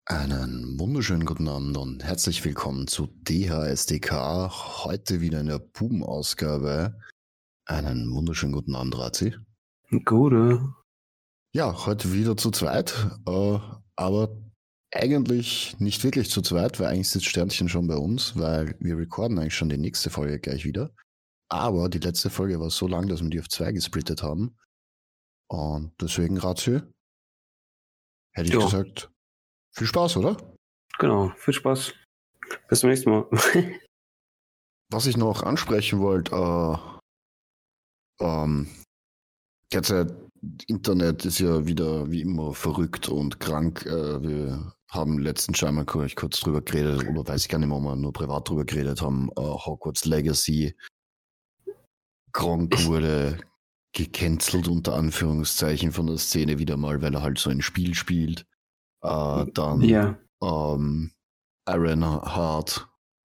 Einen wunderschönen guten Abend und herzlich willkommen zu DHSDK. Heute wieder in der Buben-Ausgabe. Einen wunderschönen guten Abend, Razi. Gute. Ja, heute wieder zu zweit, aber eigentlich nicht wirklich zu zweit, weil eigentlich sitzt Sternchen schon bei uns, weil wir recorden eigentlich schon die nächste Folge gleich wieder. Aber die letzte Folge war so lang, dass wir die auf 2 gesplittet haben. Und deswegen, Razi, hätte ich gesagt, viel Spaß, oder? Genau, viel Spaß. Bis zum nächsten Mal. Was ich noch ansprechen wollte, derzeit Internet ist ja wieder wie immer verrückt und krank. Wir haben letzten scheinbar kurz drüber geredet, oder weiß ich gar nicht mehr, ob wir nur privat drüber geredet haben. Hogwarts Legacy. Gronk wurde gecancelt unter Anführungszeichen von der Szene wieder mal, weil er halt so ein Spiel spielt. Dann Ironheart.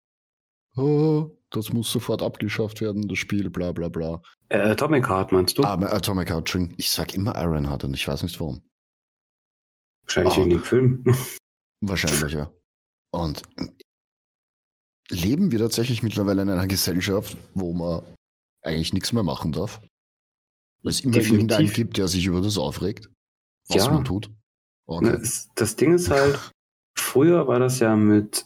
Das muss sofort abgeschafft werden, das Spiel, bla bla bla. Atomic Heart meinst du? Atomic Heart, Entschuldigung. Ich sag immer Ironheart und ich weiß nicht warum. Wahrscheinlich wegen dem Film. Wahrscheinlich, ja. Und leben wir tatsächlich mittlerweile in einer Gesellschaft, wo man eigentlich nichts mehr machen darf? Weil es immer irgendeinen gibt, der sich über das aufregt, was man tut. Okay. Das Ding ist halt, früher war das ja mit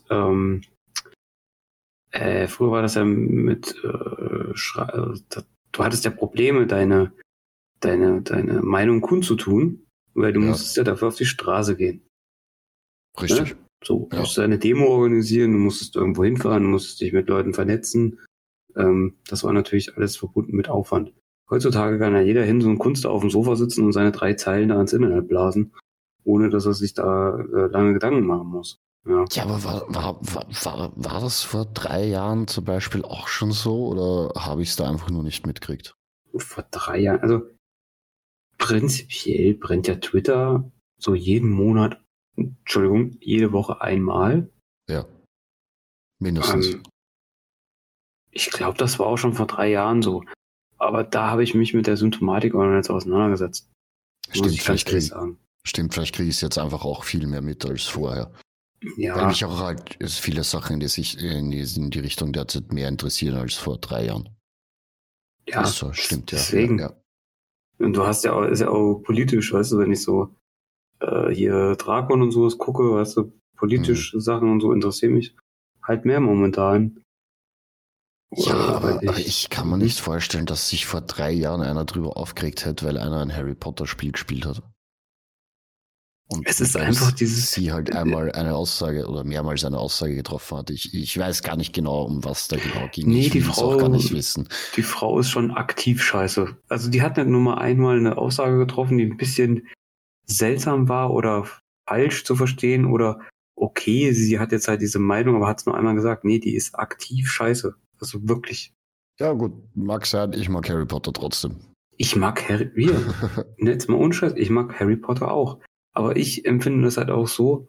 du hattest ja Probleme, deine Meinung kundzutun, weil du musstest ja dafür auf die Straße gehen. Richtig. Ne? So, du musstest eine Demo organisieren, du musstest irgendwo hinfahren, du musstest dich mit Leuten vernetzen. Das war natürlich alles verbunden mit Aufwand. Heutzutage kann ja jeder hin, so ein Kunst auf dem Sofa sitzen und seine 3 Zeilen da ans Internet blasen, ohne dass er sich da lange Gedanken machen muss. Ja, aber war das vor 3 Jahren zum Beispiel auch schon so oder habe ich es da einfach nur nicht mitgekriegt? Vor 3 Jahren, also prinzipiell brennt ja Twitter so jede Woche einmal. Ja, mindestens. Ich glaube, das war auch schon vor 3 Jahren so. Aber da habe ich mich mit der Symptomatik auch noch nicht auseinandergesetzt. Stimmt, vielleicht kriege ich es jetzt einfach auch viel mehr mit als vorher. Ja. Weil mich auch halt viele Sachen, die sich in die Richtung derzeit mehr interessieren als vor 3 Jahren. Ja, das so, stimmt, ja. Deswegen. Ja. Und du hast ja auch, ist ja auch politisch, weißt du, wenn ich so hier Drakon und sowas gucke, weißt du, politische Sachen und so interessieren mich halt mehr momentan. Ja, aber ich kann mir nicht vorstellen, dass sich vor 3 Jahren einer drüber aufgeregt hätte, weil einer ein Harry Potter Spiel gespielt hat. Und es ist einfach dieses... Sie halt einmal eine Aussage oder mehrmals eine Aussage getroffen hat. Ich weiß gar nicht genau, um was da genau ging. Nee, ich will es auch gar nicht wissen. Die Frau ist schon aktiv scheiße. Also die hat nicht nur mal einmal eine Aussage getroffen, die ein bisschen seltsam war oder falsch zu verstehen oder okay, sie hat jetzt halt diese Meinung, aber hat es nur einmal gesagt. Nee, die ist aktiv scheiße. Also wirklich. Ja gut, mag sein, ich mag Harry Potter trotzdem. Ich mag jetzt mal unscheiß, ich mag Harry Potter auch. Aber ich empfinde das halt auch so.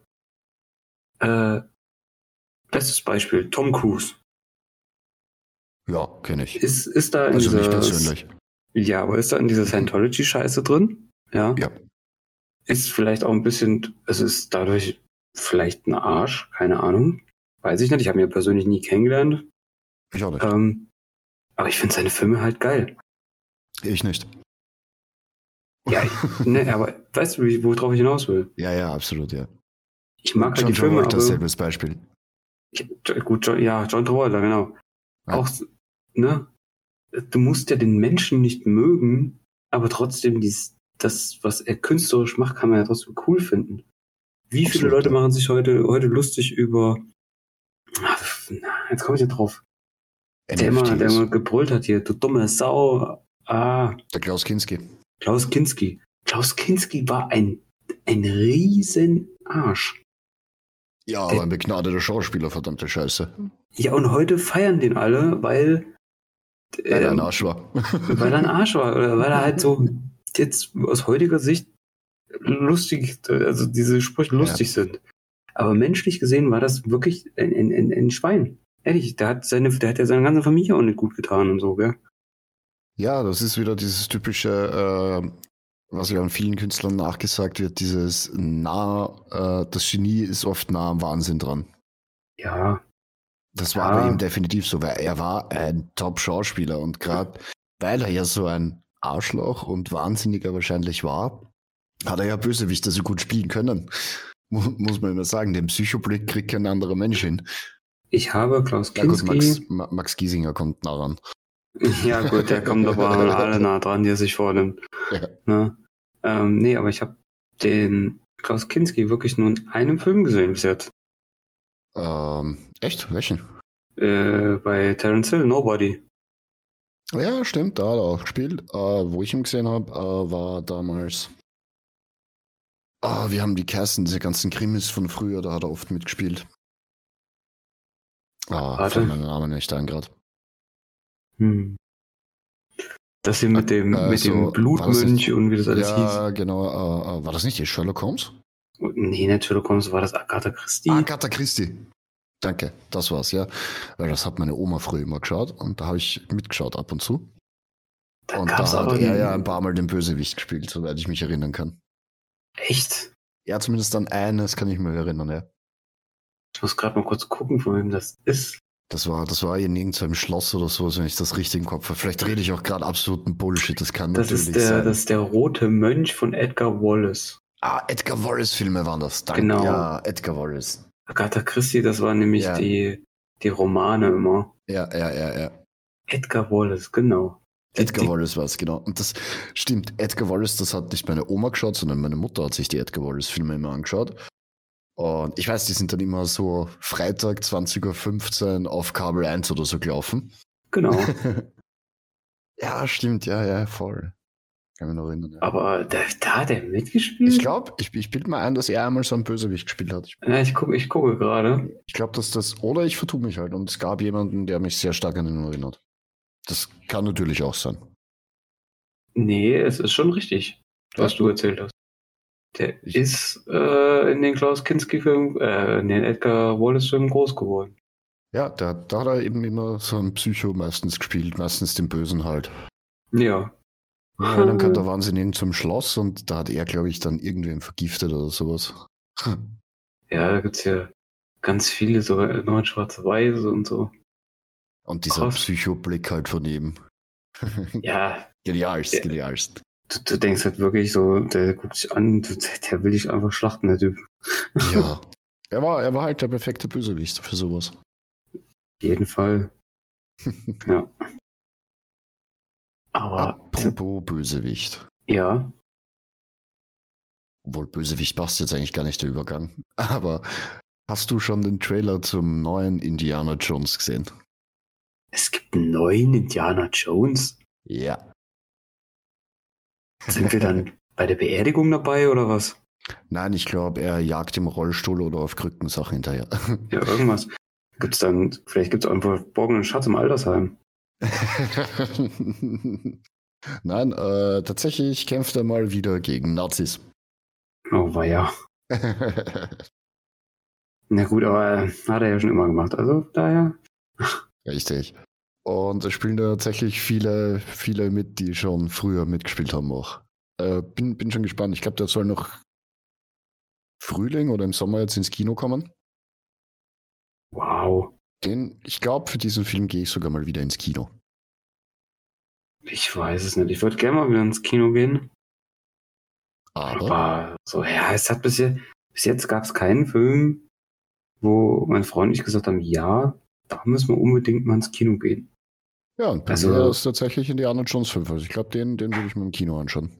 Bestes Beispiel, Tom Cruise. Ja, kenne ich. Ist da in also nicht persönlich. Ja, aber ist da in dieser Scientology-Scheiße drin? Ja. Ja. Ist vielleicht auch ein bisschen, es ist dadurch vielleicht ein Arsch, keine Ahnung. Weiß ich nicht, ich habe ihn ja persönlich nie kennengelernt. Ich auch nicht. Aber ich finde seine Filme halt geil. Ich nicht. Ja, aber weißt du, worauf ich hinaus will? Ja, absolut, ja. Ich mag halt die Filme. Filme, dasselbe Beispiel. John Travolta, genau. Ja. Auch, ne? Du musst ja den Menschen nicht mögen, aber trotzdem das, was er künstlerisch macht, kann man ja trotzdem cool finden. Wie absolut, viele Leute machen sich heute lustig über... Jetzt komme ich nicht drauf. Der immer gebrüllt hat hier, du dumme Sau. Der Klaus Kinski. Klaus Kinski war ein riesen Arsch. Ja, aber ein begnadeter Schauspieler, verdammte Scheiße. Ja, und heute feiern den alle, weil er ein Arsch war. Weil er ein Arsch war, oder weil er halt so jetzt aus heutiger Sicht lustig, also diese Sprüche lustig sind. Aber menschlich gesehen war das wirklich ein Schwein. Ehrlich, der hat ja seine ganze Familie auch nicht gut getan und so, gell? Ja, das ist wieder dieses typische Was ja an vielen Künstlern nachgesagt wird, dieses das Genie ist oft nah am Wahnsinn dran. Ja, Das war bei ihm definitiv so, weil er war ein Top-Schauspieler und gerade weil er ja so ein Arschloch und Wahnsinniger wahrscheinlich war, hat er ja Bösewichte so gut spielen können. Muss man immer sagen, den Psychoblick kriegt kein anderer Mensch hin. Ich habe Klaus Ja gut, Kinski. Max Giesinger kommt nah ran. Ja gut, der kommt aber an alle nah dran, die er sich vornimmt. Ja. Ne? Nee, aber ich habe den Klaus Kinski wirklich nur in einem Film gesehen bis jetzt. Echt? Welchen? Bei Terence Hill, Nobody. Ja, stimmt, da hat er auch gespielt. Wo ich ihn gesehen habe, war damals. Wir haben die Kersten, diese ganzen Krimis von früher, da hat er oft mitgespielt. Fällt meinen Namen nicht ein gerade. Das hier mit dem Blutmönch und wie das alles hieß. Ja, genau. War das nicht die Sherlock Holmes? Nee, nicht Sherlock Holmes, war das Agatha Christie? Agatha Christie. Danke, das war's, ja. Weil das hat meine Oma früher immer geschaut und da habe ich mitgeschaut ab und zu. Da hat er ja ein paar Mal den Bösewicht gespielt, soweit ich mich erinnern kann. Echt? Ja, zumindest an eines kann ich mich erinnern, ja. Ich muss gerade mal kurz gucken, von wem das ist. Das war in irgendeinem Schloss oder so, wenn ich das richtig im Kopf habe. Vielleicht rede ich auch gerade absoluten Bullshit, das kann natürlich sein. Das ist der rote Mönch von Edgar Wallace. Edgar Wallace-Filme waren das. Danke. Genau. Ja, Edgar Wallace. Agatha Christie, das waren nämlich die Romane immer. Ja. Edgar Wallace, genau. Edgar Wallace war es, genau. Und das stimmt, Edgar Wallace, das hat nicht meine Oma geschaut, sondern meine Mutter hat sich die Edgar Wallace-Filme immer angeschaut. Und ich weiß, die sind dann immer so Freitag 20.15 Uhr auf Kabel 1 oder so gelaufen. Genau. Ja, stimmt, ja, voll. Kann mich noch erinnern. Ja. Aber da hat er mitgespielt? Ich glaube, ich bilde mal ein, dass er einmal so einen Bösewicht gespielt hat. Ja, ich gucke gerade. Ich glaube, dass das, oder ich vertue mich halt und es gab jemanden, der mich sehr stark an ihn erinnert. Das kann natürlich auch sein. Nee, es ist schon richtig, was du erzählt hast. Der ist in den Klaus Kinski-Film, in den Edgar Wallace-Filmen groß geworden. Ja, da hat er eben immer so einen Psycho meistens gespielt, meistens den Bösen halt. Ja. Ja, dann kam der Wahnsinn zum Schloss und da hat er, glaube ich, dann irgendwen vergiftet oder sowas. Ja, da gibt's ja ganz viele, sogar noch schwarz-weiß und so. Und dieser Psychoblick halt von ihm. Ja. Genialst. Du denkst halt wirklich so, der guckt sich an, der will dich einfach schlachten, der Typ. Ja. Er war halt der perfekte Bösewicht für sowas. Auf jeden Fall. Ja. Aber. Apropos Bösewicht. Ja. Obwohl Bösewicht passt jetzt eigentlich gar nicht der Übergang. Aber hast du schon den Trailer zum neuen Indiana Jones gesehen? Es gibt einen neuen Indiana Jones? Ja. Sind wir dann bei der Beerdigung dabei oder was? Nein, ich glaube, er jagt im Rollstuhl oder auf Krücken Sachen hinterher. Ja, irgendwas. Vielleicht gibt es auch einen verborgenen Schatz im Altersheim. Nein, tatsächlich kämpft er mal wieder gegen Nazis. Oh, weia. Na gut, aber hat er ja schon immer gemacht, also daher. Richtig. Und da spielen da tatsächlich viele mit, die schon früher mitgespielt haben auch. Bin schon gespannt. Ich glaube, der soll noch Frühling oder im Sommer jetzt ins Kino kommen. Wow. Ich glaube, für diesen Film gehe ich sogar mal wieder ins Kino. Ich weiß es nicht. Ich würde gerne mal wieder ins Kino gehen. Aber so, ja, es hat bis jetzt gab es keinen Film, wo mein Freund und ich gesagt haben, ja, da müssen wir unbedingt mal ins Kino gehen. Ja, und bei mir ist tatsächlich Indiana Jones 5. Also ich glaube, den würde ich mir im Kino anschauen.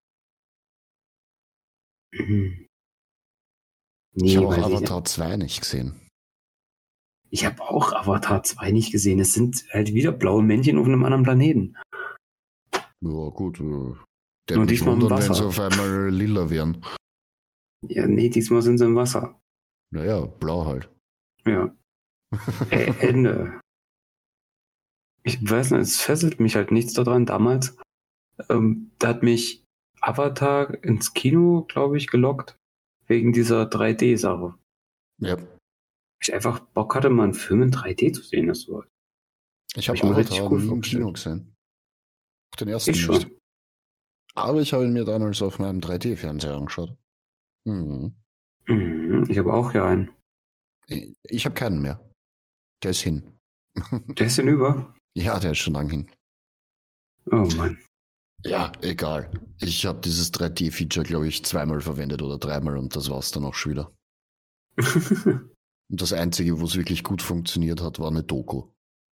Nee, ich habe auch Avatar 2 nicht gesehen. Ich habe auch Avatar 2 nicht gesehen. Es sind halt wieder blaue Männchen auf einem anderen Planeten. Ja, gut. Nur diesmal im Wasser. Wenn sie auf einmal lila wären. Ja, nee, diesmal sind sie im Wasser. Naja, blau halt. Ja. Ende. Ich weiß nicht, es fesselt mich halt nichts daran. Damals, da hat mich Avatar ins Kino, glaube ich, gelockt. Wegen dieser 3D-Sache. Ja. Ich einfach Bock hatte, mal einen Film in 3D zu sehen. Das war. Ich habe Avatar nie im Kino gesehen. Auch den ersten ich nicht. Schon. Aber ich habe ihn mir damals auf meinem 3D-Fernseher angeschaut. Mhm. Ich habe auch hier einen. Ich habe keinen mehr. Der ist hin. Der ist hinüber. Ja, der ist schon lang hin. Oh Mann. Ja, egal. Ich habe dieses 3D-Feature, glaube ich, 2-mal verwendet oder 3-mal und das war's dann auch schon wieder. Und das Einzige, wo es wirklich gut funktioniert hat, war eine Doku.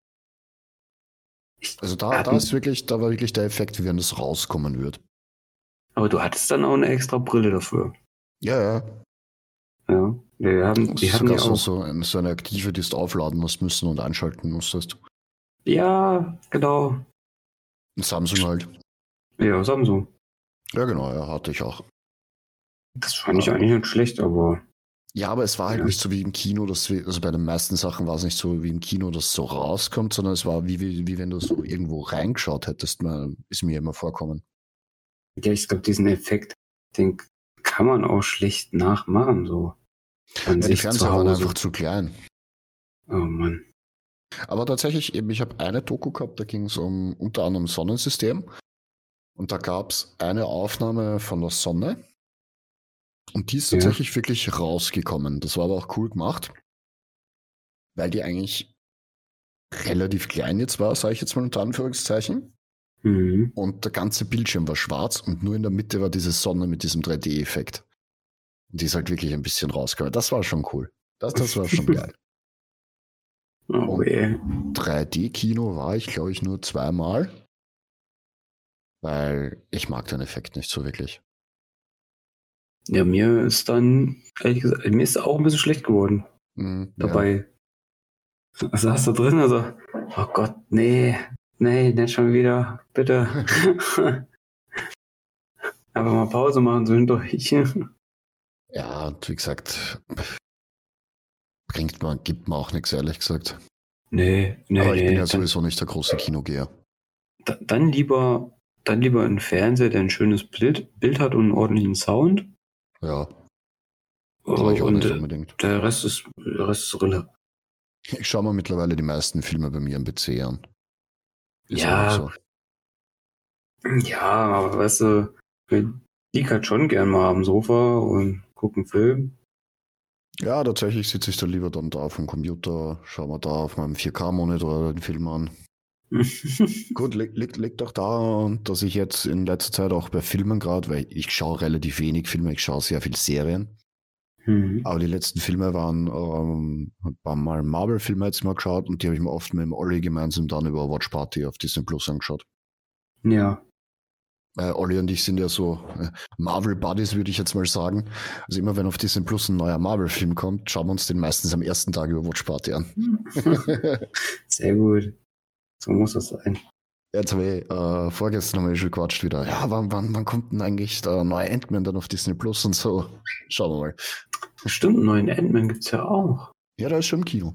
Also da war wirklich der Effekt, wie wenn das rauskommen wird. Aber du hattest dann auch eine extra Brille dafür. Ja. Ja. Wir hatten Sogar ja auch. so eine aktive, die du aufladen musst müssen und einschalten musstest. Ja, genau. Ein Samsung halt. Ja, Samsung. Ja, genau, ja, hatte ich auch. Das fand ich eigentlich nicht schlecht, aber. Ja, aber es war halt nicht so wie im Kino, also bei den meisten Sachen war es nicht so wie im Kino, dass es so rauskommt, sondern es war wie wenn du so irgendwo reingeschaut hättest, ist mir immer vorkommen. Ja, ich glaube, diesen Effekt, den kann man auch schlecht nachmachen, so. An Ja, die sich Fernseher zu waren Hause. einfach zu klein. Oh Mann. Aber tatsächlich, ich habe eine Doku gehabt, da ging es um unter anderem Sonnensystem. Und da gab es eine Aufnahme von der Sonne. Und die ist tatsächlich wirklich rausgekommen. Das war aber auch cool gemacht, weil die eigentlich relativ klein jetzt war, sage ich jetzt mal unter Anführungszeichen. Mhm. Und der ganze Bildschirm war schwarz und nur in der Mitte war diese Sonne mit diesem 3D-Effekt. Und die ist halt wirklich ein bisschen rausgekommen. Das war schon cool. Das war schon geil. Oh, und ey. 3D-Kino war ich, glaube ich, nur 2-mal. Weil ich mag den Effekt nicht so wirklich. Ja, mir ist dann, ehrlich gesagt, mir ist auch ein bisschen schlecht geworden dabei. Ja. Saß da drin, also, oh Gott, nee, nicht schon wieder, bitte. Einfach mal Pause machen zwischendurch. Ja, und wie gesagt, gibt man auch nichts, ehrlich gesagt. Nee. Aber ich bin ja sowieso nicht der große Kinogeher. Dann lieber ein Fernseher, der ein schönes Bild hat und einen ordentlichen Sound. Ja. Brauche ich auch nicht unbedingt. Der Rest ist Rille. Ich schaue mir mittlerweile die meisten Filme bei mir am PC an. Ist Ja. So. Ja, aber weißt du, ich lieg halt schon gern mal am Sofa und gucke einen Film. Ja, tatsächlich sitze ich da lieber dann da auf dem Computer, schaue mir da auf meinem 4K-Monitor den Film an. Gut, liegt auch daran, dass ich jetzt in letzter Zeit auch bei Filmen gerade, weil ich schaue relativ wenig Filme, ich schaue sehr viel Serien. Aber die letzten Filme waren mal Marvel-Filme jetzt mal geschaut und die habe ich mir oft mit dem Olli gemeinsam dann über Watch Party auf Disney Plus angeschaut. Ja. Olli und ich sind ja so Marvel-Buddies, würde ich jetzt mal sagen. Also immer wenn auf Disney Plus ein neuer Marvel-Film kommt, schauen wir uns den meistens am ersten Tag über Watch Party an. Sehr gut. So muss das sein. Jetzt habe ich vorgestern haben wir schon gequatscht wieder. Ja, wann kommt denn eigentlich der neue Ant-Man dann auf Disney Plus und so? Schauen wir mal. Stimmt, einen neuen Ant-Man gibt's ja auch. Ja, der ist schon im Kino.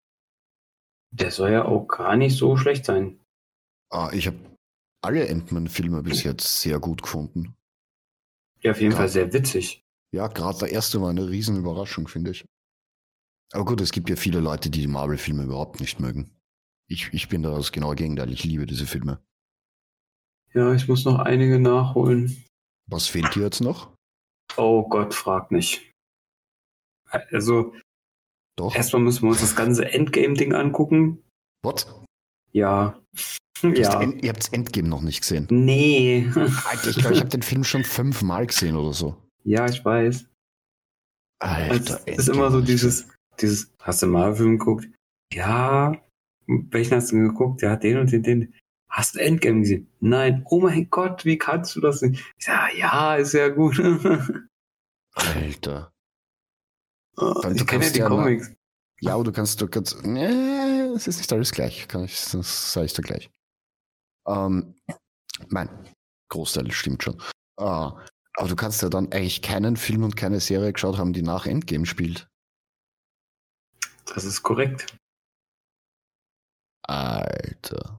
Der soll ja auch gar nicht so schlecht sein. Ich habe alle Ant-Man-Filme bis jetzt sehr gut gefunden. Ja, auf jeden Fall sehr witzig. Ja, gerade der erste war eine riesen Überraschung, finde ich. Aber gut, es gibt ja viele Leute, die Marvel-Filme überhaupt nicht mögen. Ich bin da das genaue Gegenteil. Ich liebe diese Filme. Ja, ich muss noch einige nachholen. Was fehlt dir jetzt noch? Oh Gott, frag nicht. Also, Doch. Erstmal müssen wir uns das ganze Endgame-Ding angucken. What? Ja. Ihr habt das Endgame noch nicht gesehen? Nee. Alter, ich glaube, ich habe den Film schon 5-mal gesehen oder so. Ja, ich weiß. Alter, es ist immer so dieses, hast du Marvel-Film geguckt? Ja. Welchen hast du geguckt? Ja, den und den. Hast du Endgame gesehen? Nein. Oh mein Gott, wie kannst du das nicht? Ich sag, ja, ist ja gut. Alter. Ich kenne ja die Comics. Ja, aber du kannst, nee, es ist nicht alles gleich, das sage ich dir gleich. Mein Großteil stimmt schon. Aber du kannst ja dann eigentlich keinen Film und keine Serie geschaut haben, die nach Endgame spielt. Das ist korrekt. Alter.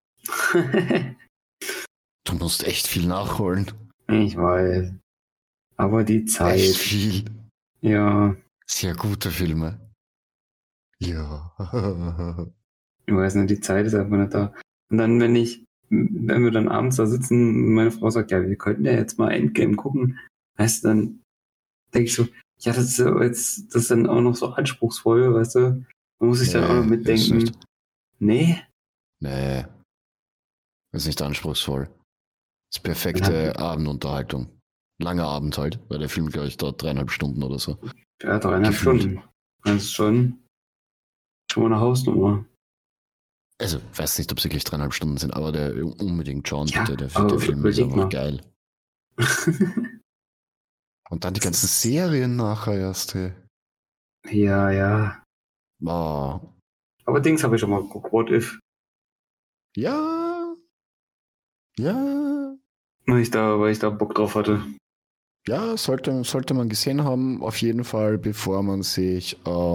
Du musst echt viel nachholen. Ich weiß. Aber die Zeit. Echt viel. Ja. Sehr gute Filme. Ja. Ich weiß nicht, die Zeit ist einfach nicht da. Und dann, wenn ich wenn wir dann abends da sitzen und meine Frau sagt, ja, wir könnten ja jetzt mal Endgame gucken, weißt du, dann denke ich so, ja, das ist dann auch noch so anspruchsvoll, weißt du, man muss sich dann auch noch ist mitdenken, nicht. nee, Nee, ist nicht anspruchsvoll. Ist perfekte Abendunterhaltung. Langer Abend halt, weil der Film, glaube ich, dauert 3,5 Stunden oder so. ja, 3,5 Gefühlt. Stunden. Das ist schon mal eine Hausnummer. Also, weiß nicht, ob es wirklich 3,5 Stunden sind, aber der unbedingt schauen, Ja, bitte. Der aber Film ist überleg einfach mal. geil. Und dann die ganzen Serien nachher erst, hey. Ja, ja. Wow. Aber Dings habe ich schon mal geguckt, What If. Ja. Ja. Weil ich da Bock drauf hatte. Ja, sollte man gesehen haben, auf jeden Fall, bevor man sich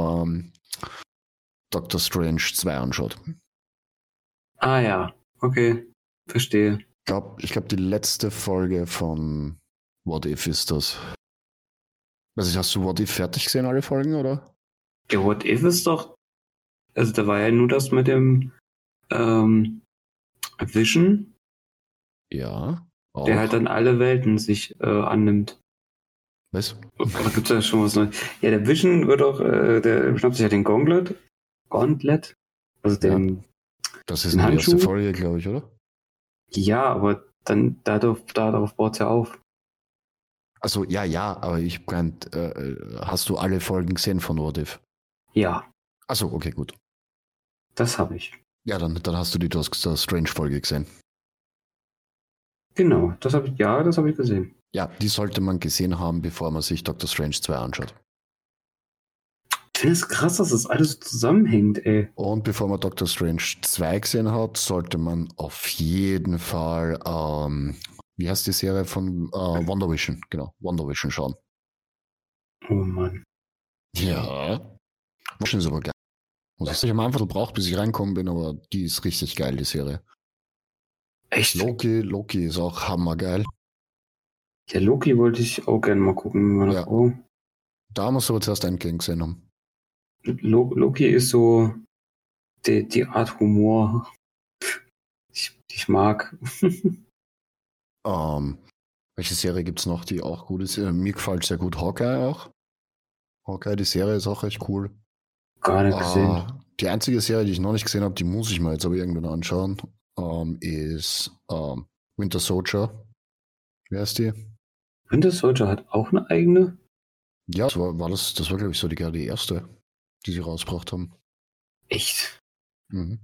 Doctor Strange 2 anschaut. Ah ja, okay, verstehe. Ich glaub, die letzte Folge von What If ist das. Also hast du What If fertig gesehen, alle Folgen, oder? Ja, What If ist doch, also da war ja nur das mit dem Vision, Ja. Auch. der halt dann alle Welten sich annimmt. Was? Oder gibt's da schon was Neues? Ja, der Vision wird auch, der schnappt sich ja den Gauntlet, also den, Das ist den nur die erste Handschuh. Folge, glaube ich, oder? Ja, aber dann darauf baut es ja auf. Also ja, aber ich meint, hast du alle Folgen gesehen von What If? Ja, Achso, okay, gut. das habe ich. Ja, dann hast du die Doctor Strange-Folge gesehen. Genau, das habe ich gesehen. Ja, die sollte man gesehen haben, bevor man sich Doctor Strange 2 anschaut. Ich finde es krass, dass das alles so zusammenhängt, ey. Und bevor man Doctor Strange 2 gesehen hat, sollte man auf jeden Fall, wie heißt die Serie von Wonder Vision? Genau, Wonder Vision schauen. Oh Mann. Ja. Vision ist aber geil. Muss ich sagen, am Anfang gebraucht, bis ich reinkommen bin, aber die ist richtig geil, die Serie. Echt? Loki ist auch hammergeil. Ja, Loki wollte ich auch gerne mal gucken mit meiner Ja. Frau. Da muss aber zuerst Endgame gesehen haben. Loki ist so die Art Humor, die ich mag. Welche Serie gibt es noch, die auch gut ist? Mir gefällt sehr gut Hawkeye auch. Hawkeye, die Serie ist auch echt cool. Gar nicht gesehen. Die einzige Serie, die ich noch nicht gesehen habe, die muss ich mir jetzt aber irgendwann anschauen, ist Winter Soldier. Wer ist die? Winter Soldier hat auch eine eigene? Ja, das war glaube ich, so die erste, die sie rausgebracht haben. Echt? Mhm.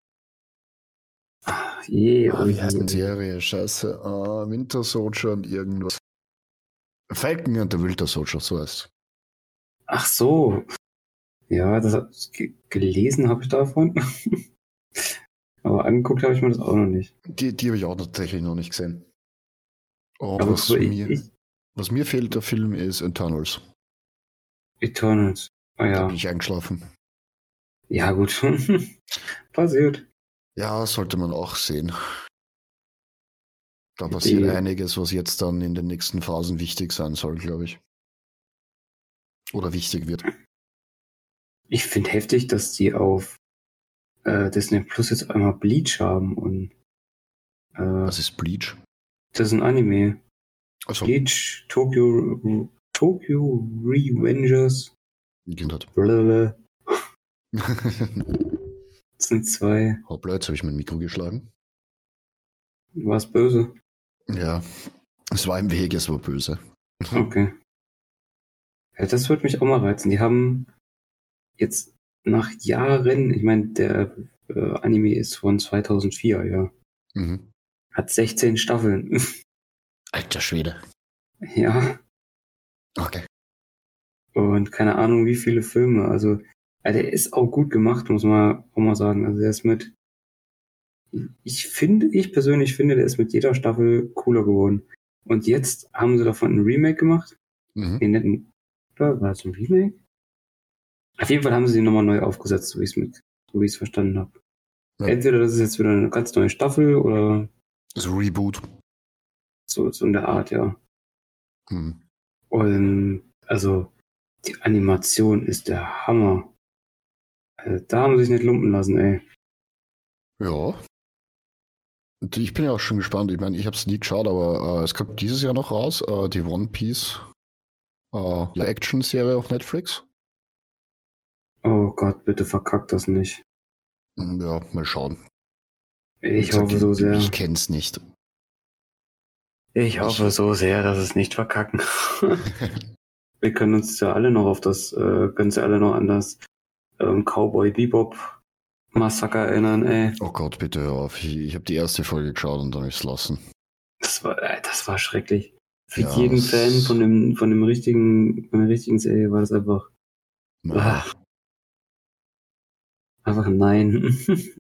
Wie heißt die Serie? Scheiße. Winter Soldier und irgendwas. Falcon und der Winter Soldier, so heißt. Ach so. Ja, gelesen habe ich davon. Aber angeguckt habe ich mir das auch noch nicht. Die habe ich auch tatsächlich noch nicht gesehen. Und Aber was mir fehlt, der Film ist Eternals. Eternals. Ah Da ja. bin ich eingeschlafen. Ja, gut. Passiert. Ja, sollte man auch sehen. Da passiert einiges, was jetzt dann in den nächsten Phasen wichtig sein soll, glaube ich. Oder wichtig wird. Ich finde heftig, dass die auf Disney Plus jetzt einmal Bleach haben und Was ist Bleach? das ist ein Anime. Achso. Bleach, Tokyo Revengers. Blablabla. Das sind zwei. Hoppla, jetzt habe ich mein Mikro geschlagen. War's böse? Ja, es war im Weg, es war böse. Okay. Ja, das würde mich auch mal reizen. Die haben jetzt nach Jahren, ich meine, der Anime ist von 2004, ja. Mhm. Hat 16 Staffeln. Alter Schwede. Ja. Okay. Und keine Ahnung, wie viele Filme. Also, der ist auch gut gemacht, muss man auch mal sagen. Also, der ist ich persönlich finde, der ist mit jeder Staffel cooler geworden. Und jetzt haben sie davon ein Remake gemacht. Mhm. Oder war es ein Remake? Auf jeden Fall haben sie den nochmal neu aufgesetzt, so wie ich es verstanden habe. Ja. Entweder das ist jetzt wieder eine ganz neue Staffel oder so Reboot. So in der Art, ja. Mhm. Und also die Animation ist der Hammer. Also, da haben sie sich nicht lumpen lassen, ey. Ja. Ich bin ja auch schon gespannt. Ich meine, ich habe es nie geschaut, aber es kommt dieses Jahr noch raus, die One Piece Action-Serie auf Netflix. Oh Gott, bitte verkack das nicht. Ja, mal schauen. Ich hoffe so sehr. Ich kenn's nicht. Ich hoffe so sehr, dass es nicht verkacken. Wir können uns ja alle noch auf das, können sie alle noch an das Cowboy Bebop Massaker erinnern, ey. Oh Gott, bitte hör auf. Ich habe die erste Folge geschaut und dann habe ich es lassen. Das war schrecklich. Für Ja, jeden Fan von der richtigen Serie war das einfach. Einfach nein.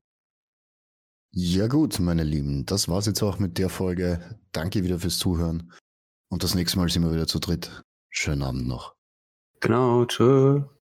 Ja gut, meine Lieben, das war's jetzt auch mit der Folge. Danke wieder fürs Zuhören. Und das nächste Mal sind wir wieder zu dritt. Schönen Abend noch. Genau, tschö.